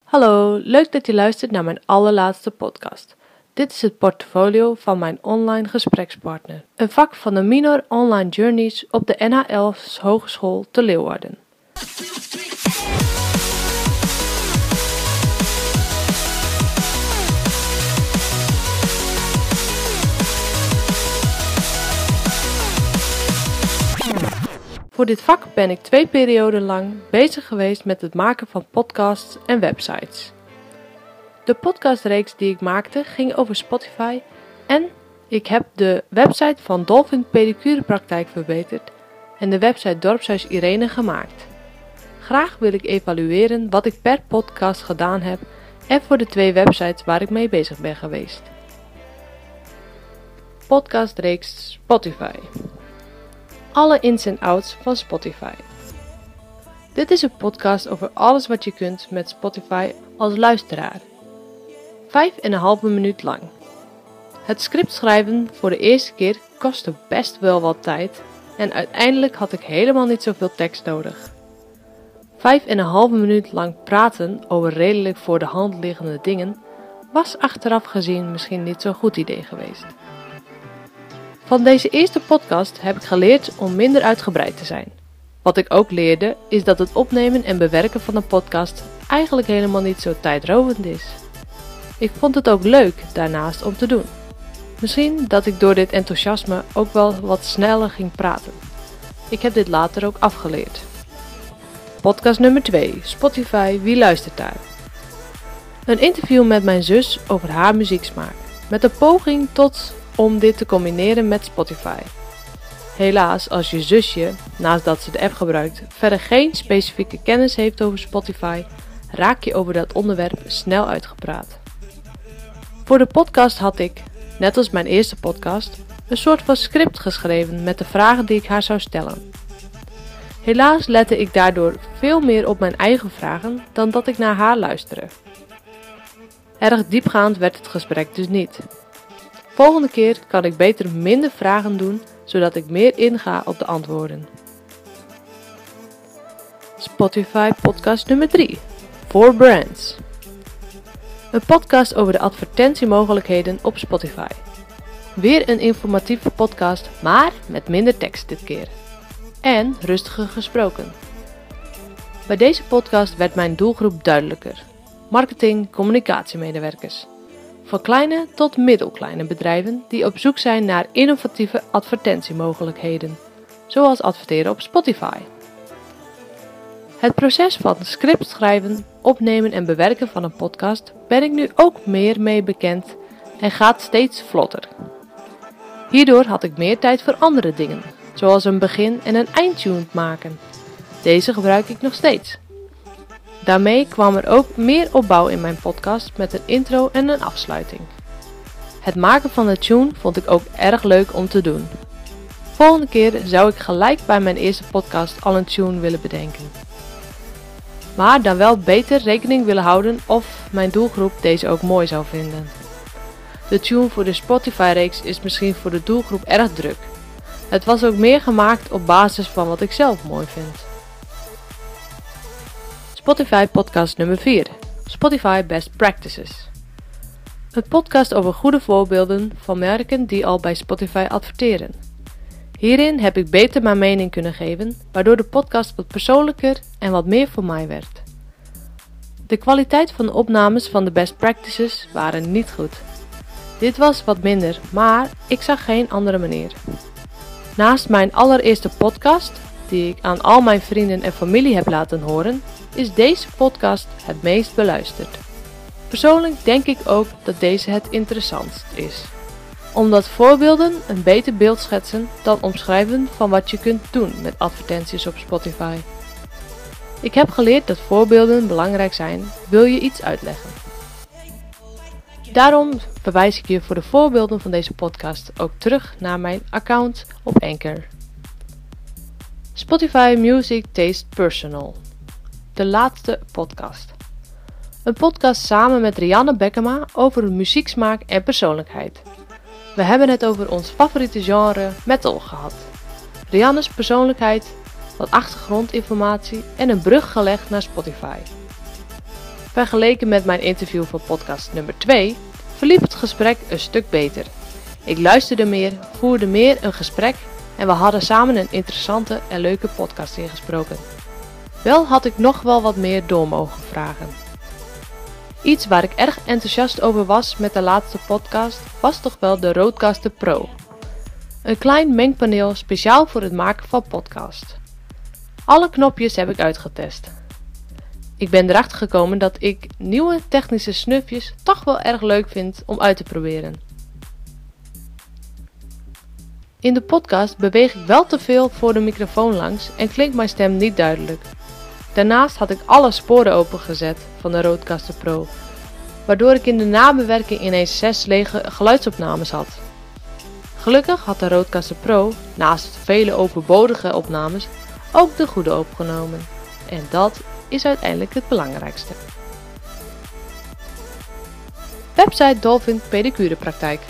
Hallo, leuk dat je luistert naar mijn allerlaatste podcast. Dit is het portfolio van mijn online gesprekspartner. Een vak van de minor online journeys op de NH11 Hogeschool te Leeuwarden. Voor dit vak ben ik 2 perioden lang bezig geweest met het maken van podcasts en websites. De podcastreeks die ik maakte ging over Spotify en ik heb de website van Dolphin Pedicurepraktijk verbeterd en de website Dorpshuis Irene gemaakt. Graag wil ik evalueren wat ik per podcast gedaan heb en voor de 2 websites waar ik mee bezig ben geweest. Podcastreeks Spotify. Alle ins en outs van Spotify. Dit is een podcast over alles wat je kunt met Spotify als luisteraar. 5,5 minuut lang. Het script schrijven voor de eerste keer kostte best wel wat tijd en uiteindelijk had ik helemaal niet zoveel tekst nodig. 5,5 minuut lang praten over redelijk voor de hand liggende dingen was achteraf gezien misschien niet zo'n goed idee geweest. Van deze eerste podcast heb ik geleerd om minder uitgebreid te zijn. Wat ik ook leerde is dat het opnemen en bewerken van een podcast eigenlijk helemaal niet zo tijdrovend is. Ik vond het ook leuk daarnaast om te doen. Misschien dat ik door dit enthousiasme ook wel wat sneller ging praten. Ik heb dit later ook afgeleerd. Podcast nummer 2, Spotify, wie luistert daar? Een interview met mijn zus over haar muzieksmaak, met een poging om dit te combineren met Spotify. Helaas, als je zusje, naast dat ze de app gebruikt, verder geen specifieke kennis heeft over Spotify, raak je over dat onderwerp snel uitgepraat. Voor de podcast had ik, net als mijn eerste podcast, een soort van script geschreven met de vragen die ik haar zou stellen. Helaas lette ik daardoor veel meer op mijn eigen vragen dan dat ik naar haar luisterde. Erg diepgaand werd het gesprek dus niet. Volgende keer kan ik beter minder vragen doen, zodat ik meer inga op de antwoorden. Spotify podcast nummer 3. For Brands. Een podcast over de advertentiemogelijkheden op Spotify. Weer een informatieve podcast, maar met minder tekst dit keer. En rustiger gesproken. Bij deze podcast werd mijn doelgroep duidelijker. Marketing, communicatiemedewerkers. Van kleine tot middelkleine bedrijven die op zoek zijn naar innovatieve advertentiemogelijkheden, zoals adverteren op Spotify. Het proces van script schrijven, opnemen en bewerken van een podcast ben ik nu ook meer mee bekend en gaat steeds vlotter. Hierdoor had ik meer tijd voor andere dingen, zoals een begin- en een eindtune maken. Deze gebruik ik nog steeds. Daarmee kwam er ook meer opbouw in mijn podcast met een intro en een afsluiting. Het maken van de tune vond ik ook erg leuk om te doen. Volgende keer zou ik gelijk bij mijn eerste podcast al een tune willen bedenken. Maar dan wel beter rekening willen houden of mijn doelgroep deze ook mooi zou vinden. De tune voor de Spotify-reeks is misschien voor de doelgroep erg druk. Het was ook meer gemaakt op basis van wat ik zelf mooi vind. Spotify podcast nummer 4. Spotify Best Practices. Een podcast over goede voorbeelden van merken die al bij Spotify adverteren. Hierin heb ik beter mijn mening kunnen geven, waardoor de podcast wat persoonlijker en wat meer voor mij werd. De kwaliteit van de opnames van de Best Practices waren niet goed. Dit was wat minder, maar ik zag geen andere manier. Naast mijn allereerste podcast, die ik aan al mijn vrienden en familie heb laten horen, is deze podcast het meest beluisterd. Persoonlijk denk ik ook dat deze het interessantst is. Omdat voorbeelden een beter beeld schetsen dan omschrijven van wat je kunt doen met advertenties op Spotify. Ik heb geleerd dat voorbeelden belangrijk zijn, wil je iets uitleggen. Daarom verwijs ik je voor de voorbeelden van deze podcast ook terug naar mijn account op Anchor. Spotify Music Taste Personal. De laatste podcast. Een podcast samen met Rianne Bekkema over muzieksmaak en persoonlijkheid. We hebben het over ons favoriete genre metal gehad. Rianne's persoonlijkheid, wat achtergrondinformatie en een brug gelegd naar Spotify. Vergeleken met mijn interview voor podcast nummer 2 verliep het gesprek een stuk beter. Ik luisterde meer, voerde meer een gesprek en we hadden samen een interessante en leuke podcast ingesproken. Wel had ik nog wel wat meer door mogen vragen. Iets waar ik erg enthousiast over was met de laatste podcast was toch wel de Rodecaster Pro. Een klein mengpaneel speciaal voor het maken van podcast. Alle knopjes heb ik uitgetest. Ik ben erachter gekomen dat ik nieuwe technische snufjes toch wel erg leuk vind om uit te proberen. In de podcast beweeg ik wel te veel voor de microfoon langs en klinkt mijn stem niet duidelijk. Daarnaast had ik alle sporen opengezet van de Rodecaster Pro, waardoor ik in de nabewerking ineens 6 lege geluidsopnames had. Gelukkig had de Rodecaster Pro, naast vele overbodige opnames, ook de goede opgenomen. En dat is uiteindelijk het belangrijkste. Website Dolphin Pedicurepraktijk.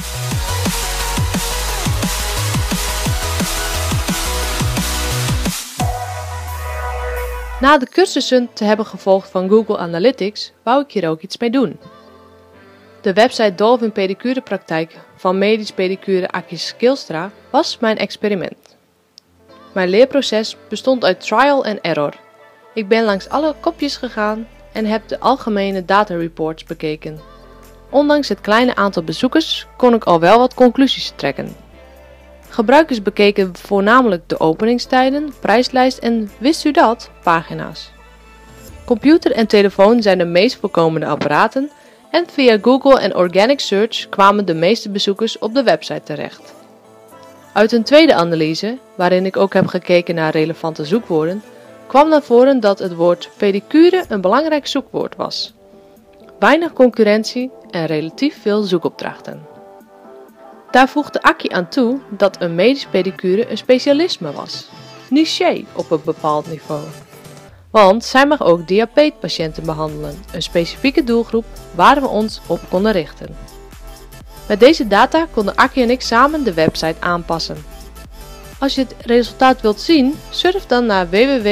Na de cursussen te hebben gevolgd van Google Analytics, wou ik hier ook iets mee doen. De website Dolphin Pedicurepraktijk van medisch pedicure Akkie Skilstra was mijn experiment. Mijn leerproces bestond uit trial and error. Ik ben langs alle kopjes gegaan en heb de algemene data reports bekeken. Ondanks het kleine aantal bezoekers kon ik al wel wat conclusies trekken. Gebruikers bekeken voornamelijk de openingstijden, prijslijst en wist u dat? Pagina's. Computer en telefoon zijn de meest voorkomende apparaten en via Google en Organic Search kwamen de meeste bezoekers op de website terecht. Uit een tweede analyse, waarin ik ook heb gekeken naar relevante zoekwoorden, kwam naar voren dat het woord pedicure een belangrijk zoekwoord was. Weinig concurrentie en relatief veel zoekopdrachten. Daar voegde Akkie aan toe dat een medisch pedicure een specialisme was, niché op een bepaald niveau. Want zij mag ook diabetespatiënten behandelen, een specifieke doelgroep waar we ons op konden richten. Met deze data konden Akkie en ik samen de website aanpassen. Als je het resultaat wilt zien, surf dan naar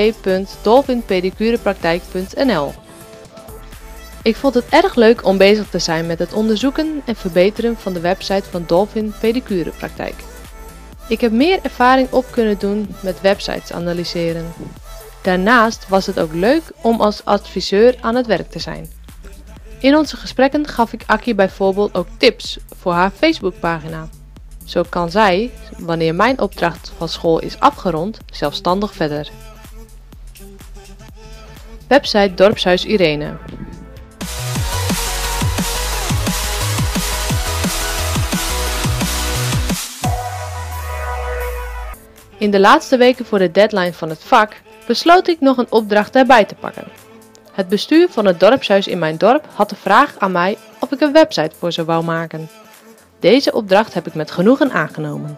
www.dolphinpedicurepraktijk.nl. Ik vond het erg leuk om bezig te zijn met het onderzoeken en verbeteren van de website van Dolphin Pedicurepraktijk. Ik heb meer ervaring op kunnen doen met websites analyseren. Daarnaast was het ook leuk om als adviseur aan het werk te zijn. In onze gesprekken gaf ik Akkie bijvoorbeeld ook tips voor haar Facebookpagina. Zo kan zij, wanneer mijn opdracht van school is afgerond, zelfstandig verder. Website Dorpshuis Irene. In de laatste weken voor de deadline van het vak besloot ik nog een opdracht erbij te pakken. Het bestuur van het dorpshuis in mijn dorp had de vraag aan mij of ik een website voor ze wou maken. Deze opdracht heb ik met genoegen aangenomen.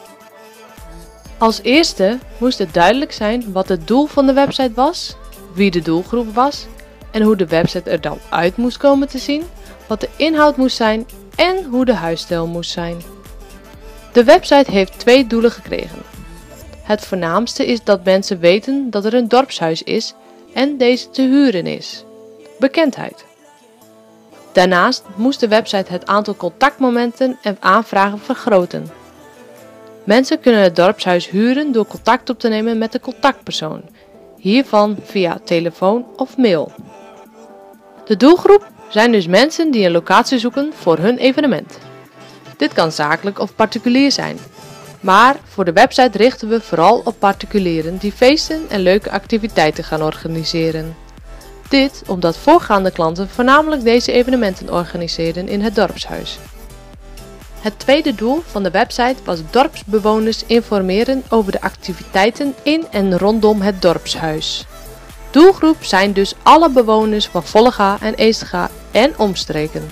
Als eerste moest het duidelijk zijn wat het doel van de website was, wie de doelgroep was en hoe de website er dan uit moest komen te zien, wat de inhoud moest zijn en hoe de huisstijl moest zijn. De website heeft 2 doelen gekregen. Het voornaamste is dat mensen weten dat er een dorpshuis is en deze te huren is. Bekendheid. Daarnaast moest de website het aantal contactmomenten en aanvragen vergroten. Mensen kunnen het dorpshuis huren door contact op te nemen met de contactpersoon, hiervan via telefoon of mail. De doelgroep zijn dus mensen die een locatie zoeken voor hun evenement. Dit kan zakelijk of particulier zijn. Maar voor de website richten we vooral op particulieren die feesten en leuke activiteiten gaan organiseren. Dit omdat voorgaande klanten voornamelijk deze evenementen organiseren in het dorpshuis. Het tweede doel van de website was dorpsbewoners informeren over de activiteiten in en rondom het dorpshuis. Doelgroep zijn dus alle bewoners van Vollega en Eestega en omstreken.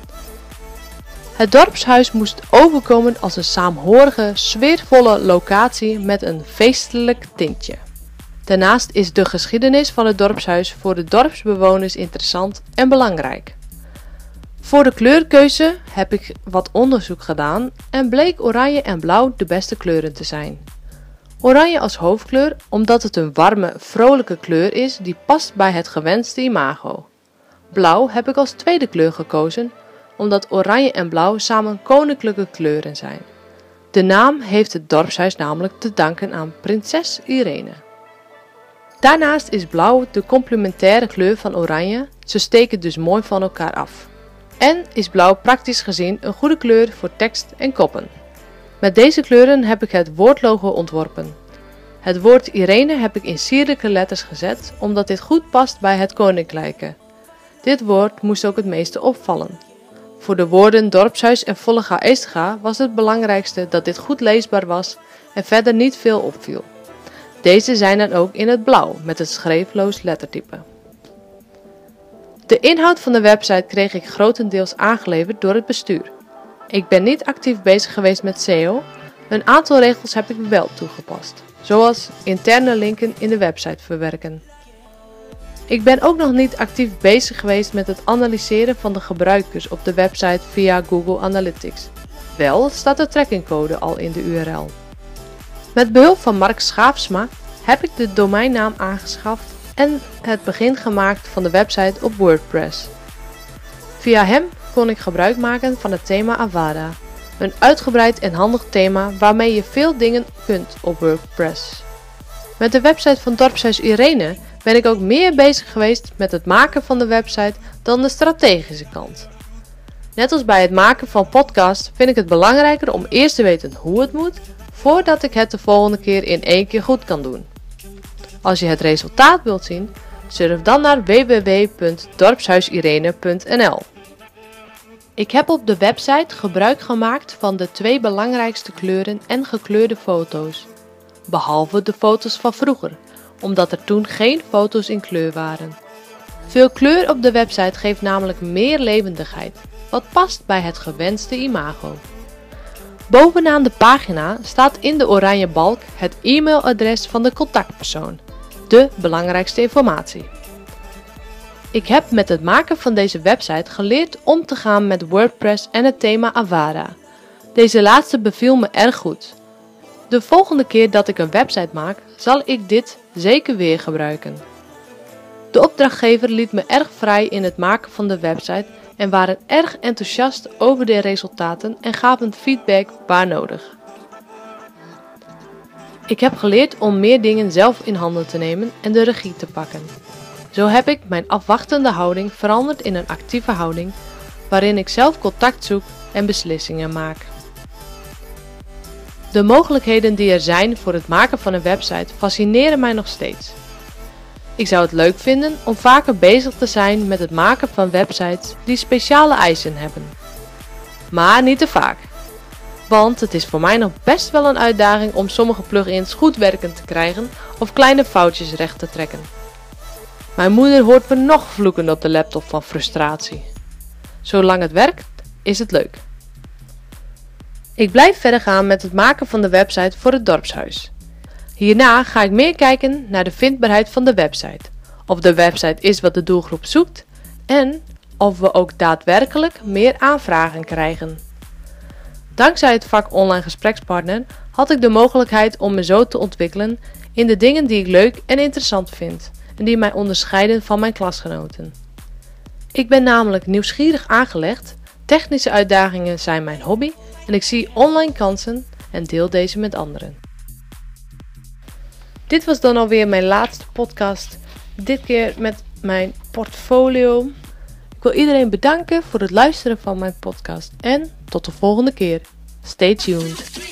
Het dorpshuis moest overkomen als een saamhorige, sfeervolle locatie met een feestelijk tintje. Daarnaast is de geschiedenis van het dorpshuis voor de dorpsbewoners interessant en belangrijk. Voor de kleurkeuze heb ik wat onderzoek gedaan en bleek oranje en blauw de beste kleuren te zijn. Oranje als hoofdkleur omdat het een warme, vrolijke kleur is die past bij het gewenste imago. Blauw heb ik als tweede kleur gekozen, omdat oranje en blauw samen koninklijke kleuren zijn. De naam heeft het dorpshuis namelijk te danken aan prinses Irene. Daarnaast is blauw de complementaire kleur van oranje, ze steken dus mooi van elkaar af. En is blauw praktisch gezien een goede kleur voor tekst en koppen. Met deze kleuren heb ik het woordlogo ontworpen. Het woord Irene heb ik in sierlijke letters gezet, omdat dit goed past bij het koninklijke. Dit woord moest ook het meeste opvallen. Voor de woorden dorpshuis en Vollega-Eestega was het belangrijkste dat dit goed leesbaar was en verder niet veel opviel. Deze zijn dan ook in het blauw met het schreefloos lettertype. De inhoud van de website kreeg ik grotendeels aangeleverd door het bestuur. Ik ben niet actief bezig geweest met SEO, een aantal regels heb ik wel toegepast, zoals interne linken in de website verwerken. Ik ben ook nog niet actief bezig geweest met het analyseren van de gebruikers op de website via Google Analytics. Wel staat de trackingcode al in de URL. Met behulp van Mark Schaafsma heb ik de domeinnaam aangeschaft en het begin gemaakt van de website op WordPress. Via hem kon ik gebruik maken van het thema Avada, een uitgebreid en handig thema waarmee je veel dingen kunt op WordPress. Met de website van dorpshuis Irene ben ik ook meer bezig geweest met het maken van de website dan de strategische kant. Net als bij het maken van podcasts vind ik het belangrijker om eerst te weten hoe het moet, voordat ik het de volgende keer in één keer goed kan doen. Als je het resultaat wilt zien, surf dan naar www.dorpshuisirene.nl. Ik heb op de website gebruik gemaakt van de 2 belangrijkste kleuren en gekleurde foto's. Behalve de foto's van vroeger, omdat er toen geen foto's in kleur waren. Veel kleur op de website geeft namelijk meer levendigheid, wat past bij het gewenste imago. Bovenaan de pagina staat in de oranje balk het e-mailadres van de contactpersoon, de belangrijkste informatie. Ik heb met het maken van deze website geleerd om te gaan met WordPress en het thema Avada. Deze laatste beviel me erg goed. De volgende keer dat ik een website maak, zal ik dit zeker weer gebruiken. De opdrachtgever liet me erg vrij in het maken van de website en waren erg enthousiast over de resultaten en gaven feedback waar nodig. Ik heb geleerd om meer dingen zelf in handen te nemen en de regie te pakken. Zo heb ik mijn afwachtende houding veranderd in een actieve houding, waarin ik zelf contact zoek en beslissingen maak. De mogelijkheden die er zijn voor het maken van een website fascineren mij nog steeds. Ik zou het leuk vinden om vaker bezig te zijn met het maken van websites die speciale eisen hebben. Maar niet te vaak. Want het is voor mij nog best wel een uitdaging om sommige plugins goed werkend te krijgen of kleine foutjes recht te trekken. Mijn moeder hoort me nog vloeken op de laptop van frustratie. Zolang het werkt, is het leuk. Ik blijf verder gaan met het maken van de website voor het dorpshuis. Hierna ga ik meer kijken naar de vindbaarheid van de website. Of de website is wat de doelgroep zoekt en of we ook daadwerkelijk meer aanvragen krijgen. Dankzij het vak online gesprekspartner had ik de mogelijkheid om me zo te ontwikkelen in de dingen die ik leuk en interessant vind en die mij onderscheiden van mijn klasgenoten. Ik ben namelijk nieuwsgierig aangelegd, technische uitdagingen zijn mijn hobby en ik zie online kansen en deel deze met anderen. Dit was dan alweer mijn laatste podcast, dit keer met mijn portfolio. Ik wil iedereen bedanken voor het luisteren van mijn podcast en tot de volgende keer. Stay tuned.